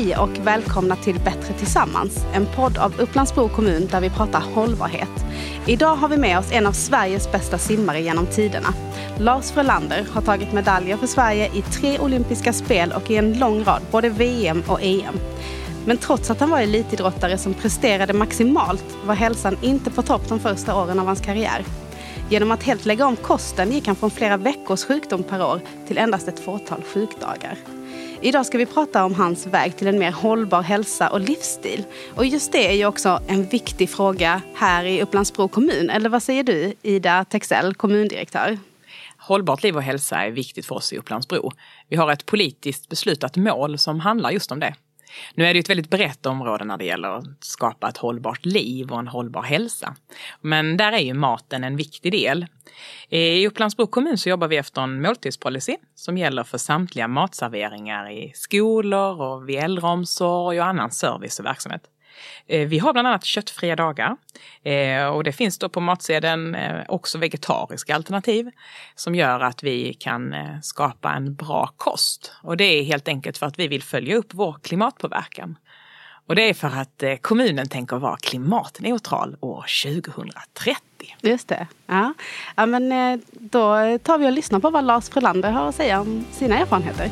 Hej och välkomna till Bättre tillsammans, en podd av Upplands-Bro kommun där vi pratar hållbarhet. Idag har vi med oss en av Sveriges bästa simmare genom tiderna. Lars Frölander har tagit medaljer för Sverige i 3 olympiska spel och i en lång rad, både VM och EM. Men trots att han var elitidrottare som presterade maximalt var hälsan inte på topp de första åren av hans karriär. Genom att helt lägga om kosten gick han från flera veckors sjukdom per år till endast ett fåtal sjukdagar. Idag ska vi prata om hans väg till en mer hållbar hälsa och livsstil. Och just det är ju också en viktig fråga här i Upplands-Bro kommun. Eller vad säger du, Ida Texell, kommundirektör? Hållbart liv och hälsa är viktigt för oss i Upplands-Bro. Vi har ett politiskt beslutat mål som handlar just om det. Nu är det ett väldigt brett område när det gäller att skapa ett hållbart liv och en hållbar hälsa. Men där är ju maten en viktig del. I Upplands-Bro kommun så jobbar vi efter en måltidspolicy som gäller för samtliga matserveringar i skolor och vid äldreomsorg och annan service och verksamhet. Vi har bland annat köttfria dagar och det finns då på matsedeln också vegetariska alternativ som gör att vi kan skapa en bra kost. Och det är helt enkelt för att vi vill följa upp vår klimatpåverkan. Och det är för att kommunen tänker vara klimatneutral år 2030. Just det. Ja, men då tar vi och lyssnar på vad Lars Frölander har att säga om sina erfarenheter.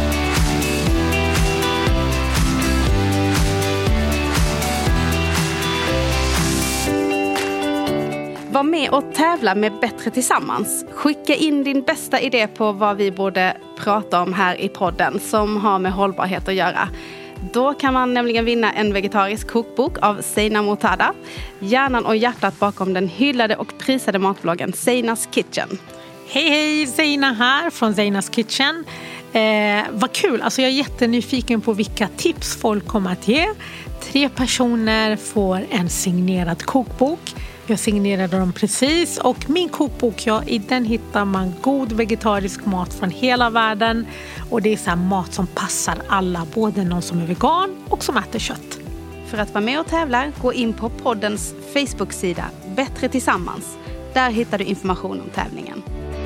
Var med och tävla med Bättre tillsammans. Skicka in din bästa idé på vad vi borde prata om här i podden som har med hållbarhet att göra. Då kan man nämligen vinna en vegetarisk kokbok av Seina Mortada. Hjärnan och hjärtat bakom den hyllade och prisade matbloggen Seinas Kitchen. Hej, Seina här från Seinas Kitchen. Vad kul, alltså jag är jättenyfiken på vilka tips folk kommer att ge. 3 personer får en signerad kokbok. Jag signerade dem precis och min kokbok, i den hittar man god vegetarisk mat från hela världen. Och det är så här mat som passar alla, både någon som är vegan och som äter kött. För att vara med och tävla, gå in på poddens Facebook-sida Bättre tillsammans. Där hittar du information om tävlingen.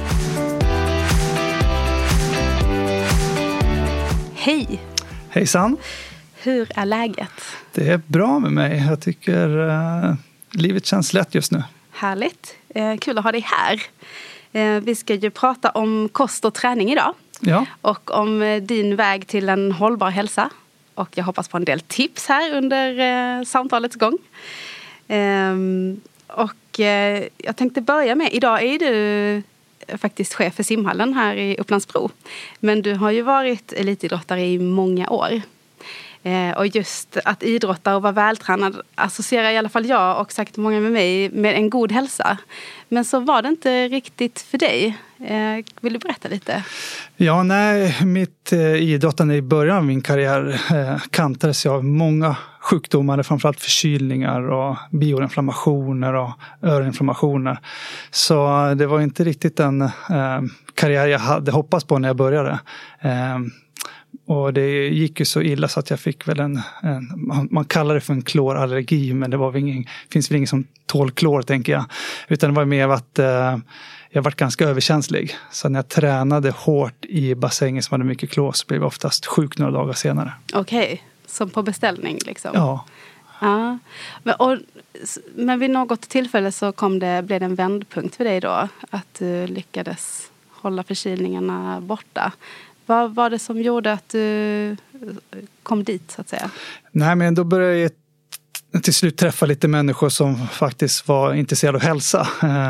Hej! Hejsan! Hur är läget? Det är bra med mig. Jag tycker livet känns lätt just nu. Härligt. Kul att ha dig här. Vi ska ju prata om kost och träning idag. Ja. Och om din väg till en hållbar hälsa. Och jag hoppas på en del tips här under samtalets gång. Jag tänkte börja med, idag är du faktiskt chef för simhallen här i Upplands-Bro. Men du har ju varit elitidrottare i många år. Och just att idrotta och vara vältränad associerar i alla fall jag och säkert många med mig med en god hälsa. Men så var det inte riktigt för dig. Vill du berätta lite? Ja, mitt idrottande i början av min karriär kantades av många sjukdomar, framförallt förkylningar och bioinflammationer och öroninflammationer. Så det var inte riktigt den karriär jag hade hoppats på när jag började. Och det gick ju så illa så att jag fick väl man kallar det för en klorallergi, men det var finns väl ingen som tål klor, tänker jag. Utan det var mer att jag var ganska överkänslig. Så när jag tränade hårt i bassängen som hade mycket klor så blev jag oftast sjuk några dagar senare. Okej, som på beställning liksom? Ja. Ja. Men vid något tillfälle så blev det en vändpunkt för dig då? Att du lyckades hålla förkylningarna borta. Vad var det som gjorde att du kom dit, så att säga? Nej, men då började jag till slut träffa lite människor som faktiskt var intresserade av hälsa.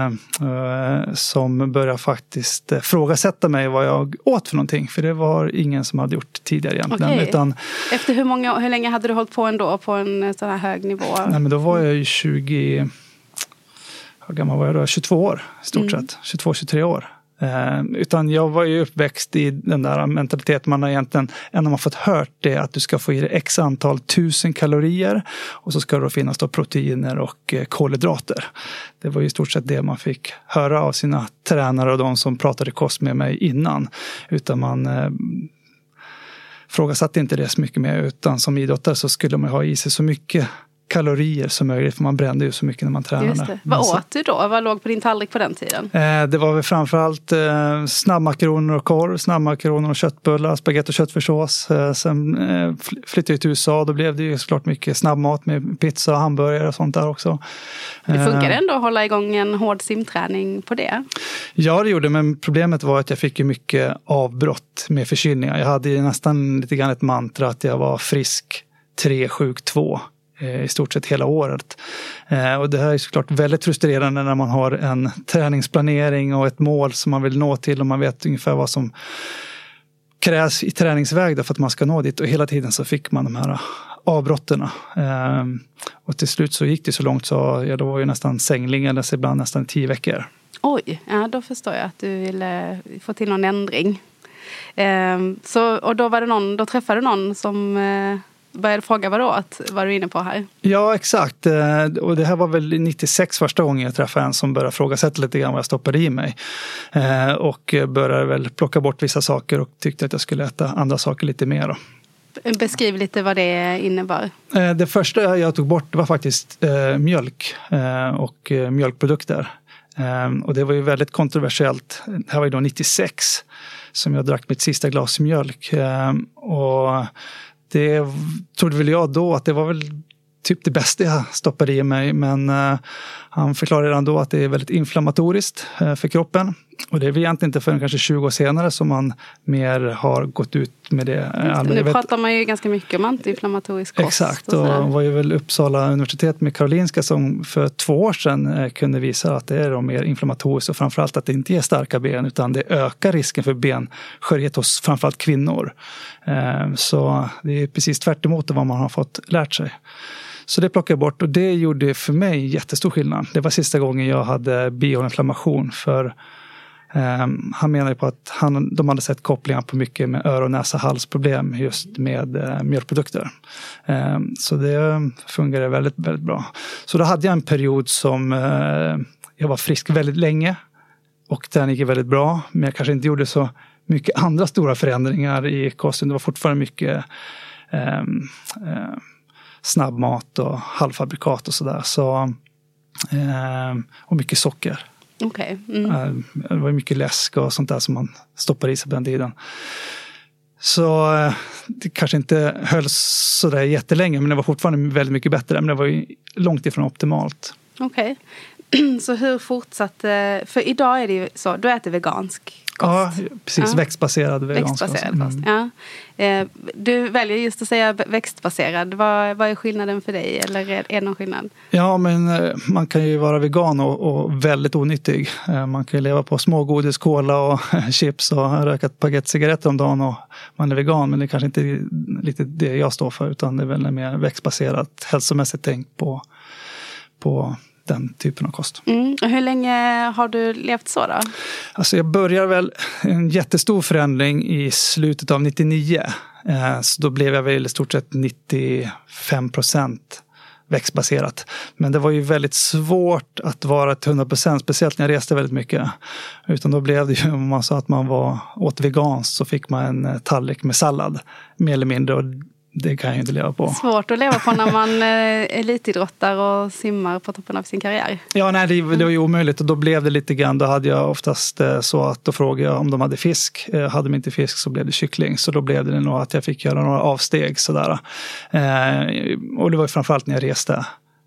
Som började faktiskt frågasätta mig vad jag åt för någonting. För det var ingen som hade gjort tidigare egentligen. Okej. Efter hur länge hade du hållit på ändå på en sån här hög nivå? Nej, men då var jag ju 20... Hur gammal var jag då? 22 år i stort sett. 22-23 år. Utan jag var ju uppväxt i den där mentaliteten man har egentligen, än man fått hört det, att du ska få i dig x antal 1000 kalorier och så ska det då finnas då proteiner och kolhydrater. Det var ju i stort sett det man fick höra av sina tränare och de som pratade kost med mig innan. Utan man frågasatte inte det så mycket mer, utan som idrottare så skulle man ha i sig så mycket kalorier som möjligt, för man brände ju så mycket när man tränade. Just det. Vad åt du då? Vad låg på din tallrik på den tiden? Det var väl framförallt snabbmakaroner och korv, snabbmakaroner och köttbullar, spagetti och köttfärssås. Sen flyttade jag till USA, då blev det ju såklart mycket snabbmat med pizza och hamburgare och sånt där också. Det funkar ändå att hålla igång en hård simträning på det? Ja, det gjorde, men problemet var att jag fick ju mycket avbrott med förkylningar. Jag hade ju nästan lite grann ett mantra att jag var frisk 3, sjuk 2 i stort sett hela året. Och det här är såklart väldigt frustrerande när man har en träningsplanering och ett mål som man vill nå till, och man vet ungefär vad som krävs i träningsväg för att man ska nå dit, och hela tiden så fick man de här avbrotten. Och till slut så gick det så långt så då var ju nästan sänglingandes ibland nästan 10 veckor. Oj, ja, då förstår jag att du ville få till någon ändring. Och då träffade du någon som började fråga vad var du inne på här? Ja, exakt. Och det här var väl 96 första gången jag träffade en som började frågasätta lite grann vad jag stoppade i mig. Och började väl plocka bort vissa saker och tyckte att jag skulle äta andra saker lite mer då. Beskriv lite vad det innebar. Det första jag tog bort var faktiskt mjölk och mjölkprodukter. Och det var ju väldigt kontroversiellt. Det här var ju då 96 som jag drack mitt sista glas mjölk. Och det trodde väl jag då att det var väl typ det bästa jag stoppade i mig. Men han förklarade redan då att det är väldigt inflammatoriskt för kroppen. Och det är egentligen inte förrän kanske 20 år senare som man mer har gått ut med det. Nu pratar man ju ganska mycket om antiinflammatorisk kost. Exakt, och var ju väl Uppsala universitet med Karolinska som för 2 år sedan kunde visa att det är mer inflammatoriskt, och framförallt att det inte ger starka ben utan det ökar risken för benskörhet hos framförallt kvinnor. Så det är precis tvärt emot vad man har fått lärt sig. Så det plockade jag bort, och det gjorde för mig jättestor skillnad. Det var sista gången jag hade bihåleinflammation, för han menade på att de hade sett kopplingar på mycket med öron-, näsa-, halsproblem just med mjölkprodukter. Så det fungerade väldigt, väldigt bra. Så då hade jag en period som jag var frisk väldigt länge, och den gick väldigt bra, men jag kanske inte gjorde så mycket andra stora förändringar i kosten. Det var fortfarande mycket snabbmat och halvfabrikat och sådär. Och mycket socker. Okay. Det var mycket läsk och sånt där som man stoppar i sig på den tiden. Så det kanske inte höll så där jättelänge, men det var fortfarande väldigt mycket bättre. Men det var ju långt ifrån optimalt. Okej. Så hur fortsatte... För idag är det ju så, du äter vegansk kost. Ja, precis. Växtbaserad vegansk kost. Ja. Du väljer just att säga växtbaserad. Vad är skillnaden för dig? Eller är det någon skillnad? Ja, men man kan ju vara vegan och väldigt onyttig. Man kan ju leva på smågodis, cola och chips och röka ett paket cigaretter om dagen, och man är vegan. Men det är kanske inte lite det jag står för, utan det är väl mer växtbaserat, hälsomässigt tänk på den typen av kost. Och hur länge har du levt så då? Alltså jag började väl en jättestor förändring i slutet av 99. Så då blev jag väl i stort sett 95% växtbaserat. Men det var ju väldigt svårt att vara till 100%, speciellt när jag reste väldigt mycket. Utan då blev det ju, om man sa att man åt veganskt, så fick man en tallrik med sallad, mer eller mindre, och det kan jag inte leva på. Svårt att leva på när man elitidrottar och simmar på toppen av sin karriär. Ja, nej, det var ju omöjligt, och då blev det lite grann, då hade jag oftast så att då frågade jag om de hade fisk. Hade de inte fisk så blev det kyckling, så då blev det nog att jag fick göra några avsteg sådär. Och det var ju framförallt när jag reste.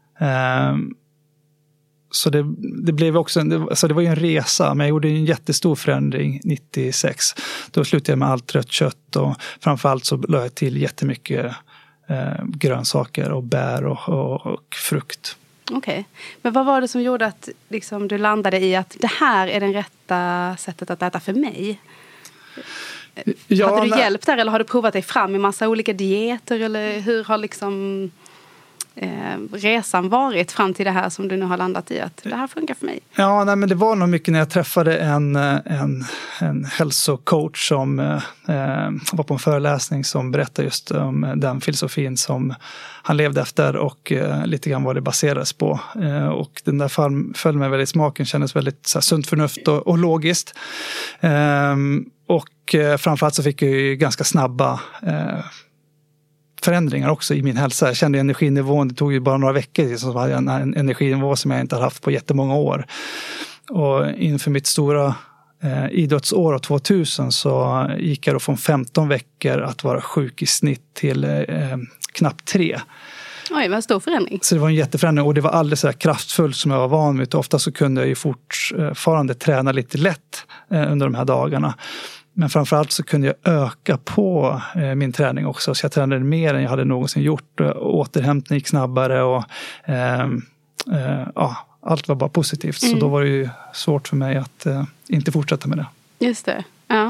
Så det blev också det var ju en resa, men jag gjorde en jättestor förändring 96. Då slutade jag med allt rött kött, och framförallt så la jag till jättemycket grönsaker och bär och frukt. Okej. Men vad var det som gjorde att liksom, du landade i att det här är det rätta sättet att äta för mig? Ja, hade du hjälp där, eller har du provat dig fram i massa olika dieter, eller hur har liksom resan varit fram till det här som du nu har landat i, att det här funkar för mig? Ja, nej, men det var nog mycket när jag träffade en hälsocoach som var på en föreläsning som berättade just om den filosofin som han levde efter, och lite grann vad det baserades på. Och den där föll mig väldigt smaken, kändes väldigt så här, sunt förnuft och logiskt. Och framförallt så fick jag ju ganska snabba förändringar också i min hälsa. Jag kände energinivån, det tog ju bara några veckor så var jag en energinivå som jag inte hade haft på jättemånga år. Och inför mitt stora idrottsår av 2000 så gick jag då från 15 veckor att vara sjuk i snitt till knappt 3. Oj, vad stor förändring. Så det var en jätteförändring och det var alldeles så här kraftfullt som jag var van vid. Ofta så kunde jag ju fortfarande träna lite lätt under de här dagarna. Men framförallt så kunde jag öka på min träning också. Så jag tränade mer än jag hade någonsin gjort. Återhämtning gick snabbare och allt var bara positivt. Så då var det ju svårt för mig att inte fortsätta med det. Just det. Ja.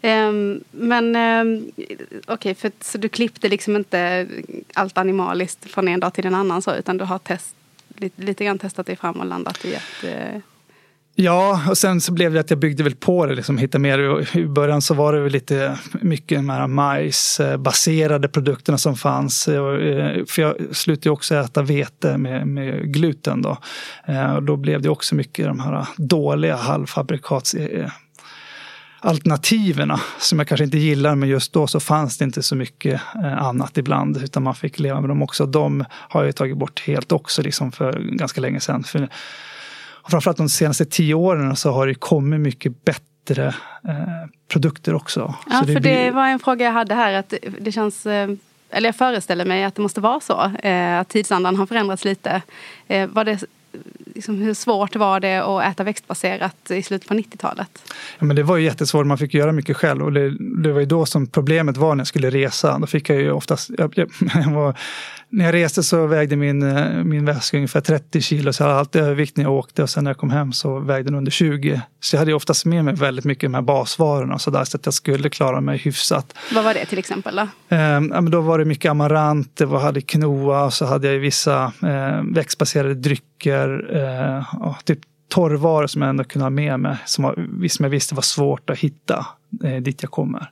Okej, så du klippte liksom inte allt animaliskt från en dag till en annan så, utan du har lite grann testat dig fram och landat i att... Ja, och sen så blev det att jag byggde väl på det, liksom hitta mer. I början så var det väl lite mycket de här majsbaserade produkterna som fanns. För jag slutade också äta vete med gluten då. Och då blev det också mycket de här dåliga halvfabrikats alternativerna som jag kanske inte gillar, men just då så fanns det inte så mycket annat ibland utan man fick leva med dem också. De har jag tagit bort helt också liksom för ganska länge sedan. Och framförallt de senaste 10 åren så har det kommit mycket bättre produkter också. Ja, så det var en fråga jag hade här, att det känns, eller jag föreställer mig att det måste vara så, att tidsandan har förändrats lite. Var det liksom, hur svårt var det att äta växtbaserat i slutet på 90-talet? Ja, men det var ju jättesvårt, man fick göra mycket själv och det var ju då som problemet var när jag skulle resa. Då fick jag ju oftast, när jag reste så vägde min väska ungefär 30 kilo, så jag hade alltid övervikt när jag åkte och sen när jag kom hem så vägde den under 20. Så jag hade ju oftast med mig väldigt mycket av de här basvarorna så att jag skulle klara mig hyfsat. Vad var det till exempel då? Men då var det mycket amarant, det hade quinoa och så hade jag vissa växtbaserade drycker, typ torrvaror som jag ändå kunde ha med mig som jag visste var svårt att hitta dit jag kommer.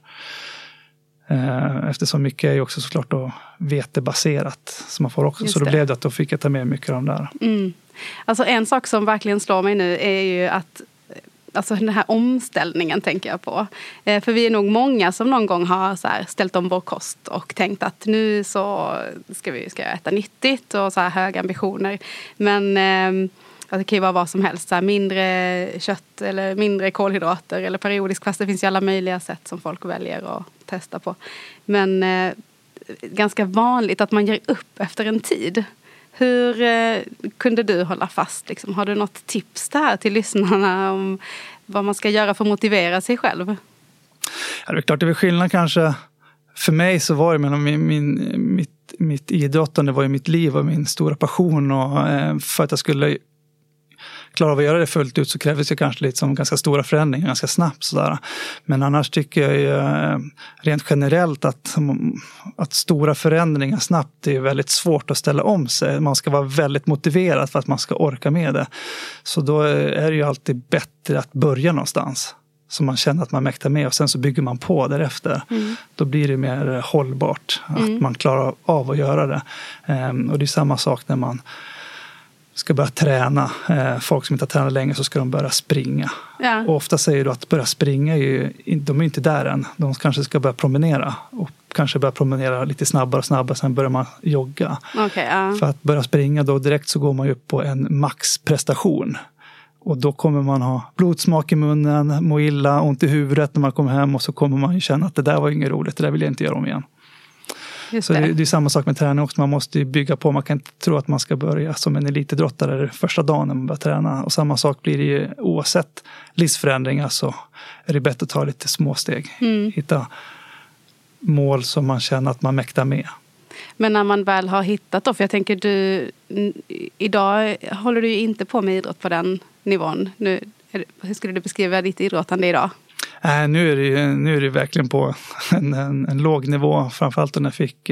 Eftersom mycket är ju också såklart då vetebaserat som man får också. Just så då blev det att då fick jag ta med mycket av de där. Alltså en sak som verkligen slår mig nu är ju att alltså den här omställningen tänker jag på. För vi är nog många som någon gång har så här ställt om vår kost och tänkt att nu så ska jag äta nyttigt och så här höga ambitioner. Men det kan ju vara vad som helst. Så här mindre kött eller mindre kolhydrater eller periodisk fast. Det finns ju alla möjliga sätt som folk väljer att testa på. Men ganska vanligt att man ger upp efter en tid. Hur kunde du hålla fast? Liksom? Har du något tips där till lyssnarna om vad man ska göra för att motivera sig själv? Ja, det är klart det är skillnad kanske. För mig så var det mitt idrottande var ju mitt liv och min stora passion. Och för att jag skulle klara av att göra det fullt ut så krävdes det kanske lite som ganska stora förändringar ganska snabbt sådär. Men annars tycker jag ju rent generellt att stora förändringar snabbt är väldigt svårt att ställa om sig. Man ska vara väldigt motiverad för att man ska orka med det. Så då är det ju alltid bättre att börja någonstans så man känner att man mäktar med och sen så bygger man på därefter. Då blir det mer hållbart att man klarar av att göra det. Och det är samma sak när man ska börja träna. Folk som inte har tränat länge så ska de börja springa. Ja. Och ofta säger du att börja springa de är inte där än. De kanske ska börja promenera. Och kanske börja promenera lite snabbare. Sen börjar man jogga. För att börja springa då direkt så går man ju upp på en maxprestation. Och då kommer man ha blodsmak i munnen, må illa, ont i huvudet när man kommer hem. Och så kommer man ju känna att det där var inget roligt. Det där vill jag inte göra om igen. Så det är samma sak med träning också. Man måste ju bygga på. Man kan inte tro att man ska börja som en elitidrottare första dagen när man börjar träna. Och samma sak blir det ju oavsett livsförändringar så är det bättre att ta lite små steg. Hitta mål som man känner att man mäktar med. Men när man väl har hittat då, för jag tänker idag håller du ju inte på med idrott på den nivån. Hur skulle du beskriva ditt idrottande idag? Nu är det verkligen på en låg nivå. Framförallt när jag fick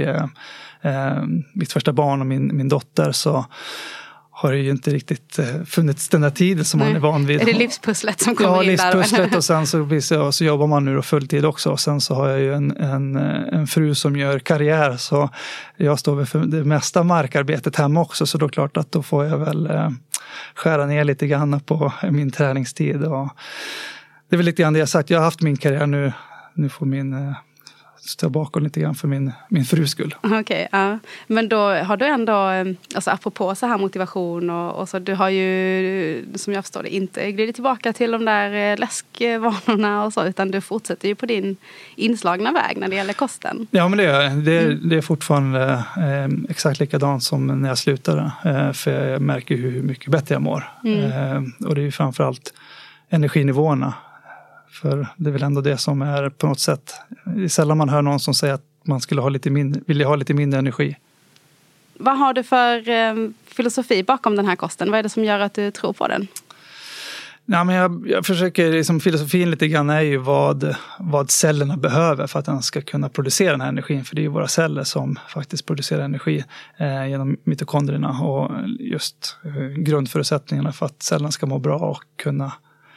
mitt första barn och min dotter så har det ju inte riktigt funnits den där tiden som man är van vid. Är det livspusslet som kommer in där? Ja, livspusslet och sen så jobbar man nu då fulltid också. Och sen så har jag ju en fru som gör karriär så jag står för det mesta markarbetet hemma också. Så då är det klart att då får jag väl skära ner lite grann på min träningstid och det är väl lite grann det jag sagt. Jag har haft min karriär nu får min stå bakom lite grann för min frus skull. Okej, ja. Men då har du ändå, alltså apropå så här motivation och så, du har ju, som jag förstår det, inte glidit tillbaka till de där läskvanorna och så, utan du fortsätter ju på din inslagna väg när det gäller kosten. Ja, men det är fortfarande exakt likadant som när jag slutade, för jag märker hur mycket bättre jag mår. Och det är ju framförallt energinivåerna. För det är väl ändå det som är på något sätt. Det är sällan man hör någon som säger att man skulle vilja ha lite mindre energi. Vad har du för filosofi bakom den här kosten? Vad är det som gör att du tror på den? Nej, men jag försöker, liksom, filosofin lite grann är ju vad cellerna behöver för att den ska kunna producera den här energin. För det är ju våra celler som faktiskt producerar energi genom mitokondrierna. Och just grundförutsättningarna för att cellerna ska må bra och kunna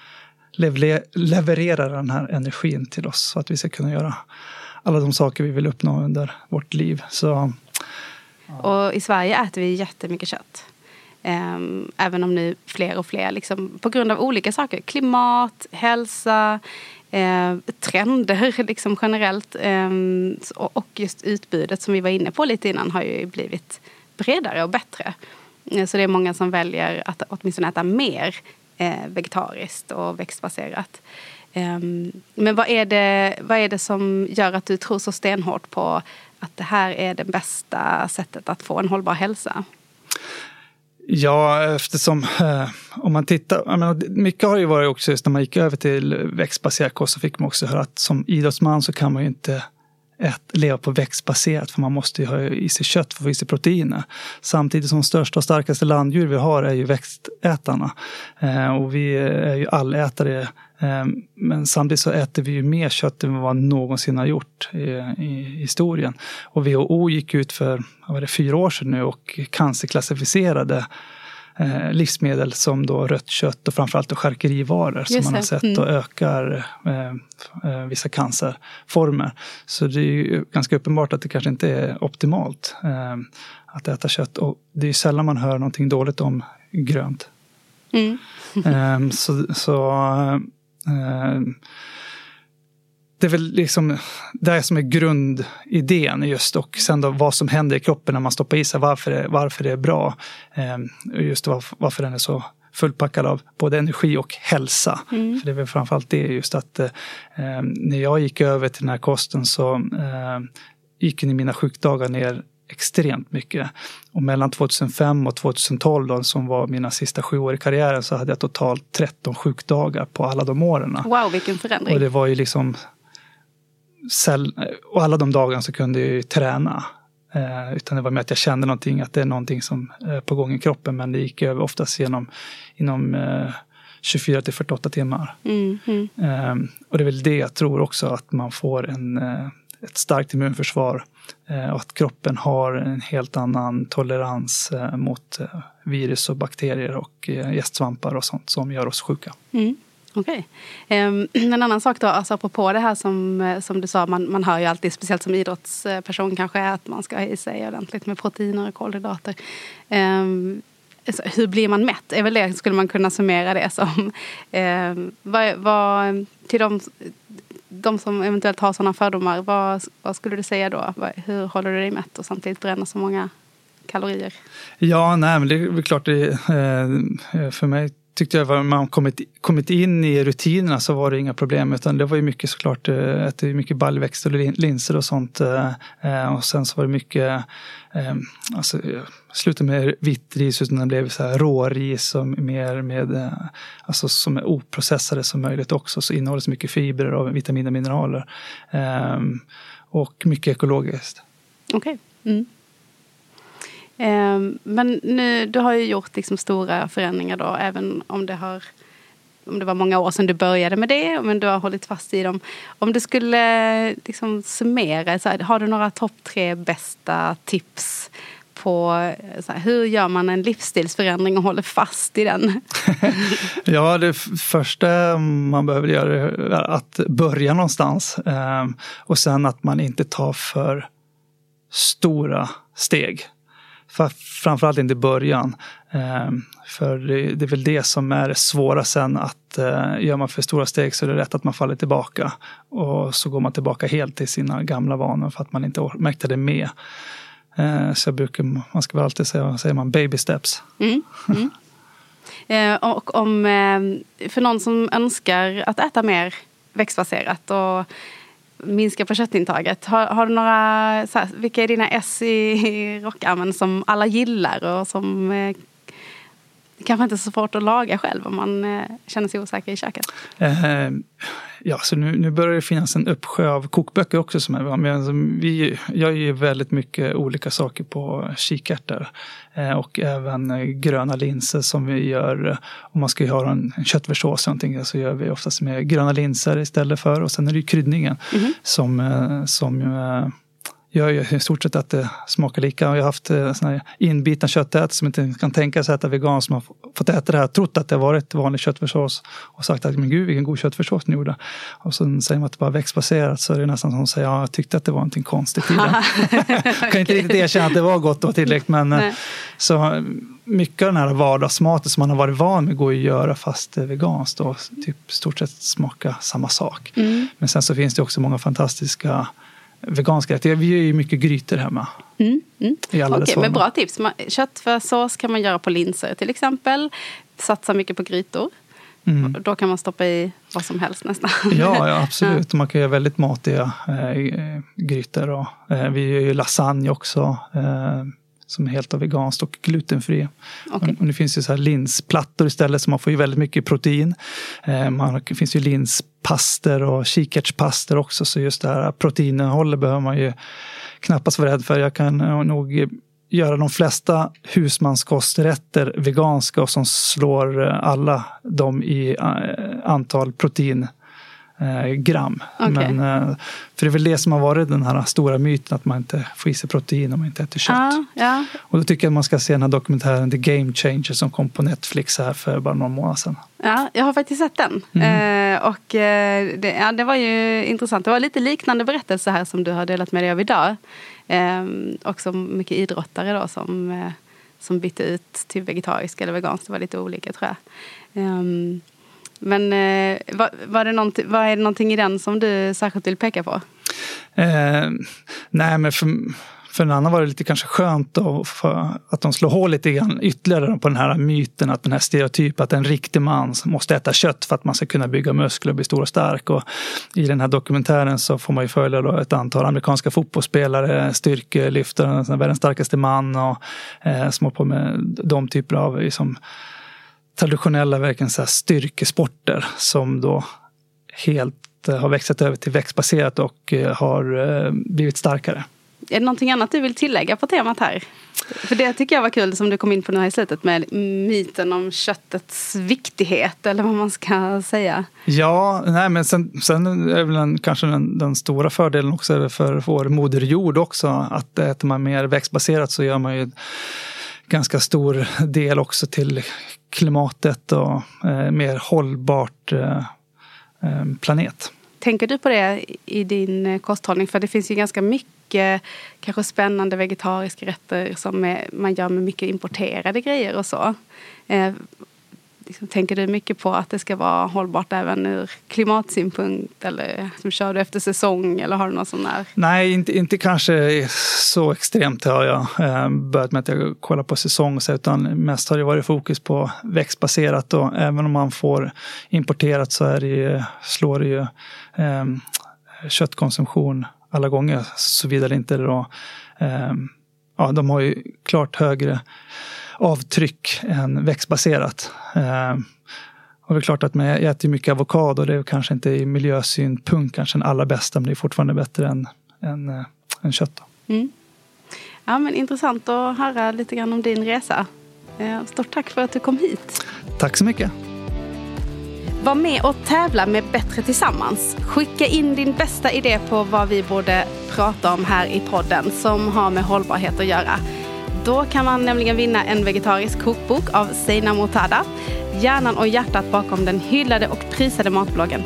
leverera den här energin till oss så att vi ska kunna göra alla de saker vi vill uppnå under vårt liv. Så, och i Sverige äter vi jättemycket kött. Även om nu fler och fler liksom, på grund av olika saker, klimat, hälsa, trender liksom generellt och just utbudet som vi var inne på lite innan har ju blivit bredare och bättre. Så det är många som väljer att åtminstone äta mer vegetariskt och växtbaserat. Men vad är det som gör att du tror så stenhårt på att det här är det bästa sättet att få en hållbar hälsa? Ja, eftersom om man tittar, mycket har ju varit också just när man gick över till växtbaserad kost, så fick man också höra att som idrottsman så kan man ju inte leva på växtbaserat, för man måste ju ha i sig kött för att få i sig proteiner. Samtidigt som största och starkaste landdjur vi har är ju växtätarna. Och vi är ju allätare, men samtidigt så äter vi ju mer kött än vad någonsin har gjort i historien. Och WHO gick ut för 4 år sedan nu och cancerklassificerade livsmedel som då rött kött och framförallt och charkerivaror som man har sett och ökar vissa cancerformer. Så det är ju ganska uppenbart att det kanske inte är optimalt att äta kött. Och det är ju sällan man hör någonting dåligt om grönt. Det är väl liksom det som är grundidén just, och sen då vad som händer i kroppen när man stoppar i sig, varför det är bra, och just varför den är så fullpackad av både energi och hälsa. För det är väl framförallt det just att när jag gick över till den här kosten så gick i mina sjukdagar ner extremt mycket. Och mellan 2005 och 2012 då, som var mina sista 7 år i karriären, så hade jag totalt 13 sjukdagar på alla de åren. Wow, vilken förändring. Och det var ju liksom och alla de dagarna så kunde jag ju träna. Utan det var med att jag kände någonting, att det är någonting som är på gång i kroppen, men det gick över oftast inom 24 till 48 timmar. Och det är väl det jag tror också, att man får ett starkt immunförsvar och att kroppen har en helt annan tolerans mot virus och bakterier och gästsvampar och sånt som gör oss sjuka. Okej. En annan sak då, alltså apropå det här som du sa, man hör ju alltid, speciellt som idrottsperson kanske, att man ska ha i sig ordentligt med proteiner och kolhydrater. Hur blir man mätt? Är väl det, skulle man kunna summera det som. Till de som eventuellt har sådana fördomar, vad skulle du säga då? Hur håller du dig mätt och samtidigt bränna så många kalorier? Ja, nej, men det är klart, för mig tyckte jag att man kommit in i rutinerna så var det inga problem, utan det var ju mycket såklart, att det är mycket baljväxt och linser och sånt, och sen så var det mycket sluta med vitt ris, utan det blev så här råris och mer med alltså som är oprocessade som möjligt också, så innehåller så mycket fibrer och vitaminer och mineraler, och mycket ekologiskt. Okej. Men nu, du har ju gjort liksom stora förändringar då, även om det var många år sedan du började med det, men du har hållit fast i dem. Om du skulle liksom summera, så här, har du några topp 3 bästa tips på så här, hur gör man en livsstilsförändring och håller fast i den? Ja, det första man behöver göra är att börja någonstans, och sen att man inte tar för stora steg. Framförallt inte i början. För det är väl det som är svåra sen, att gör man för stora steg så är det rätt att man faller tillbaka. Och så går man tillbaka helt till sina gamla vanor för att man inte mäktade med. Så man ska väl alltid säger man baby steps. Och om för någon som önskar att äta mer växtbaserat och minska på köttintaget, har du några, vilka är dina S i rockärmen som alla gillar och som kanske inte är så svårt att laga själv om man känner sig osäker i köket? Ja, så nu börjar det finnas en uppsjö av kokböcker också som är men jag gör väldigt mycket olika saker på kikärtor och även gröna linser som vi gör om man ska göra en köttfärssås eller någonting, så gör vi oftast med gröna linser istället för, och sen är det ju kryddningen som gör i stort sett att det smakar lika. Jag har haft såna här inbitna köttätare som inte kan tänka sig att äta vegan, som har fått äta det här, trott att det har varit vanlig köttfärssås och sagt att men gud vilken god köttfärssås ni gjorde. Och sen säger man att det var växtbaserat, så är det nästan som att säga jag tyckte att det var någonting konstigt i det. Jag kan inte riktigt erkänna att det var gott och tillräckligt, men så mycket av den här vardagsmaten som man har varit van med går att göra fast veganskt och typ stort sett smaka samma sak. Men sen så finns det också många fantastiska veganska rätter. Vi gör ju mycket grytor hemma. Okej, men bra tips. Köttfärssås kan man göra på linser till exempel. Satsa mycket på grytor. Då kan man stoppa i vad som helst nästan. Ja, absolut. Man kan göra väldigt matiga grytor. Och, vi gör ju lasagne också. Som är helt veganskt och glutenfri. Okay. Och det finns ju så här linsplattor istället, så man får ju väldigt mycket protein. Det finns ju linspaster och kikärtspaster också, så just det här proteininnehållet behöver man ju knappast vara rädd för. Jag kan nog göra de flesta husmanskosträtter veganska och som slår alla dem i antal protein gram. Okay. Men för det är väl det som har varit den här stora myten, att man inte får i sig protein om man inte äter kött. Ja. Och då tycker jag att man ska se den här dokumentären The Game Changer som kom på Netflix här för bara några månader sedan. Ja, jag har faktiskt sett den. Det var ju intressant. Det var lite liknande berättelse här som du har delat med dig av idag. Också mycket idrottare då som bytte ut till vegetarisk eller vegansk. Det var lite olika, tror jag. Men vad är det någonting i den som du särskilt vill peka på? Nej, men för en annan var det lite kanske skönt då, att de slår hål lite grann ytterligare på den här myten, att den här stereotypen att en riktig man måste äta kött för att man ska kunna bygga muskler och bli stor och stark. Och i den här dokumentären så får man ju följa då ett antal amerikanska fotbollsspelare, styrkelyftare, världens starkaste man och som håller på med de typer av liksom, traditionella verkligen så här styrkesporter som då helt har växlat över till växtbaserat och har blivit starkare. Är det någonting annat du vill tillägga på temat här? För det tycker jag var kul som du kom in på nu här i slutet med myten om köttets viktighet, eller vad man ska säga. Ja, nej, men sen är väl kanske den stora fördelen också för vår moder jord också, att äter man mer växtbaserat så gör man ju ganska stor del också till klimatet och mer hållbart planet. Tänker du på det i din kosthållning? För det finns ju ganska mycket kanske spännande vegetariska rätter som man gör med mycket importerade grejer och så. Tänker du mycket på att det ska vara hållbart även ur klimatsynpunkt, eller kör du efter säsong, eller har du något sån där? Nej, inte kanske så extremt har jag börjat med att jag kollar på säsong, utan mest har det varit fokus på växtbaserat, och även om man får importerat så slår det ju köttkonsumtion alla gånger, såvida det inte då de har ju klart högre avtryck än växtbaserat. Och det är klart att man äter mycket avokado, det är kanske inte i miljösynpunkt kanske den allra bästa, men det är fortfarande bättre än kött. Ja, men intressant att höra lite grann om din resa. Stort tack för att du kom hit. Tack så mycket. Var med och tävla med Bättre Tillsammans. Skicka in din bästa idé på vad vi borde prata om här i podden som har med hållbarhet att göra. Då kan man nämligen vinna en vegetarisk kokbok av Zeina Mortada. Hjärnan och hjärtat bakom den hyllade och prisade matbloggen.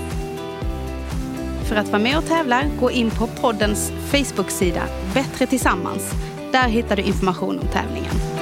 För att vara med och tävla, gå in på poddens Facebook-sida Bättre Tillsammans. Där hittar du information om tävlingen.